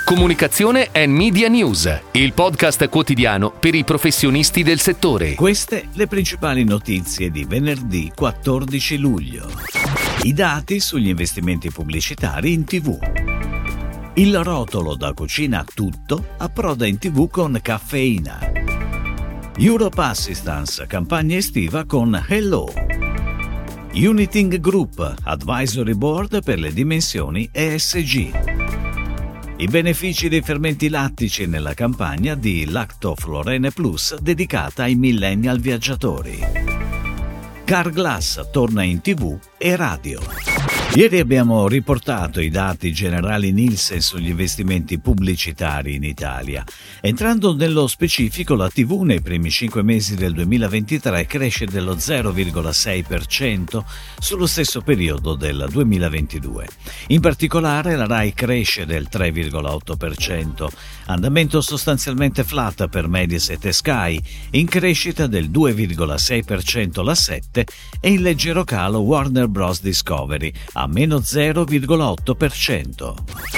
Comunicazione and Media News, il podcast quotidiano per i professionisti del settore. Queste le principali notizie di venerdì 14 luglio. I dati sugli investimenti pubblicitari in TV. Il rotolo da cucina tutto approda in TV con Caffeina. Europe Assistance, campagna estiva con Hello. Uniting Group, Advisory Board per le dimensioni ESG. I benefici dei fermenti lattici nella campagna di Lactoflorene Plus dedicata ai millennial viaggiatori. Carglass torna in TV e radio. Ieri abbiamo riportato i dati generali Nielsen sugli investimenti pubblicitari in Italia. Entrando nello specifico, la TV nei primi 5 mesi del 2023 cresce dello 0,6% sullo stesso periodo del 2022. In particolare la Rai cresce del 3,8%, andamento sostanzialmente flat per Mediaset e Sky, in crescita del 2,6% la 7 e in leggero calo Warner Bros. Discovery a meno 0,8%.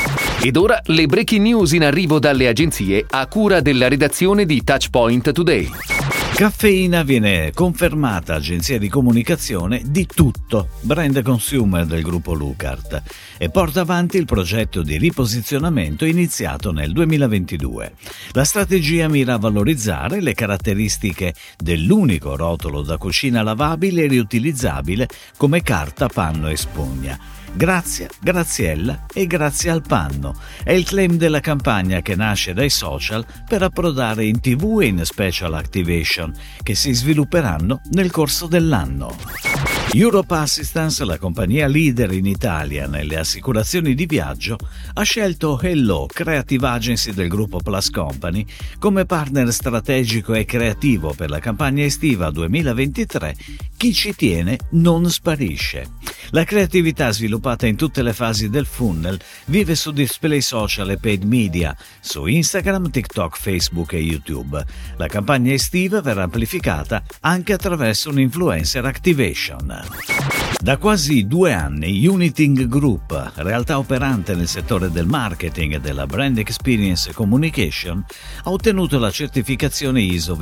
Ed ora le breaking news in arrivo dalle agenzie a cura della redazione di Touchpoint Today. Caffeina viene confermata agenzia di comunicazione di tutto, brand consumer del gruppo Lucart, e porta avanti il progetto di riposizionamento iniziato nel 2022. La strategia mira a valorizzare le caratteristiche dell'unico rotolo da cucina lavabile e riutilizzabile come carta, panno e spugna. Grazia, Graziella e grazie al panno è il claim della campagna che nasce dai social per approdare in TV e in special activation che si svilupperanno nel corso dell'anno. Europe Assistance, la compagnia leader in Italia nelle assicurazioni di viaggio, ha scelto Hello, creative agency del gruppo Plus Company, come partner strategico e creativo per la campagna estiva 2023 Chi ci tiene non sparisce. La creatività sviluppata in tutte le fasi del funnel vive su display social e paid media, su Instagram, TikTok, Facebook e YouTube. La campagna estiva verrà amplificata anche attraverso un influencer activation. Da quasi 2 anni Uniting Group, realtà operante nel settore del marketing e della brand experience communication, ha ottenuto la certificazione ISO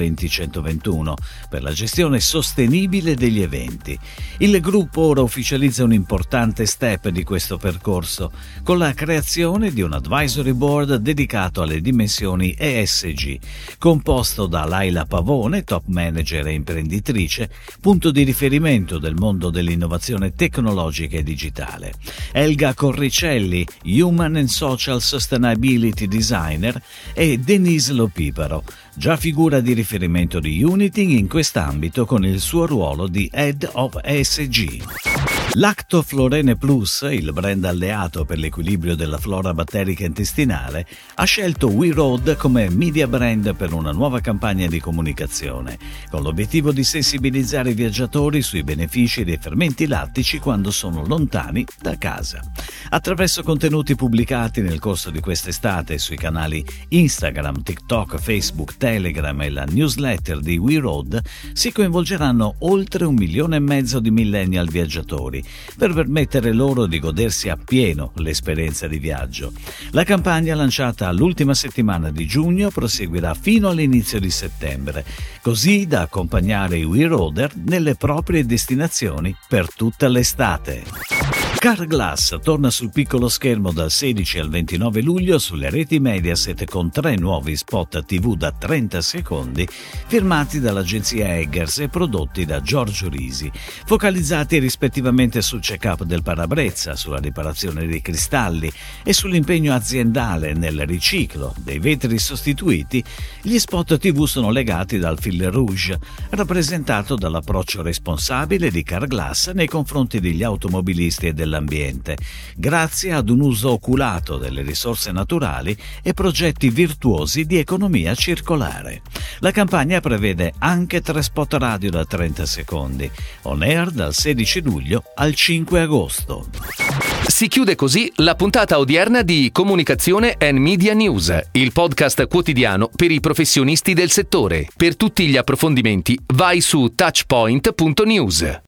20121 per la gestione sostenibile degli eventi. Il gruppo ora ufficializza un importante step di questo percorso con la creazione di un advisory board dedicato alle dimensioni ESG, composto da Laila Pavone, top manager e imprenditrice, punto di riferimento del mondo dell'innovazione tecnologica e digitale, Elga Corricelli, Human and Social Sustainability Designer, e Denise Lopiparo, già figura di riferimento di Uniting in quest'ambito con il suo ruolo di Head of ESG. Lactoflorene Plus, il brand alleato per l'equilibrio della flora batterica intestinale, ha scelto We Road come media brand per una nuova campagna di comunicazione, con l'obiettivo di sensibilizzare i viaggiatori sui benefici dei fermenti lattici quando sono lontani da casa. Attraverso contenuti pubblicati nel corso di quest'estate sui canali Instagram, TikTok, Facebook, Telegram e la newsletter di We Road, si coinvolgeranno oltre 1,5 milioni di millennial viaggiatori per permettere loro di godersi appieno l'esperienza di viaggio. La campagna, lanciata l'ultima settimana di giugno, proseguirà fino all'inizio di settembre, così da accompagnare i We Roader nelle proprie destinazioni per tutta l'estate. Carglass torna sul piccolo schermo dal 16 al 29 luglio sulle reti Mediaset con 3 nuovi spot TV da 30 secondi firmati dall'agenzia Eggers e prodotti da Giorgio Risi, focalizzati rispettivamente sul check-up del parabrezza, sulla riparazione dei cristalli e sull'impegno aziendale nel riciclo dei vetri sostituiti. Gli spot TV sono legati dal fil rouge, rappresentato dall'approccio responsabile di Carglass nei confronti degli automobilisti e dell'ambiente, grazie ad un uso oculato delle risorse naturali e progetti virtuosi di economia circolare. La campagna prevede anche 3 spot radio da 30 secondi, on air dal 16 luglio al 5 agosto. Si chiude così la puntata odierna di Comunicazione and Media News, il podcast quotidiano per i professionisti del settore. Per tutti gli approfondimenti vai su touchpoint.news.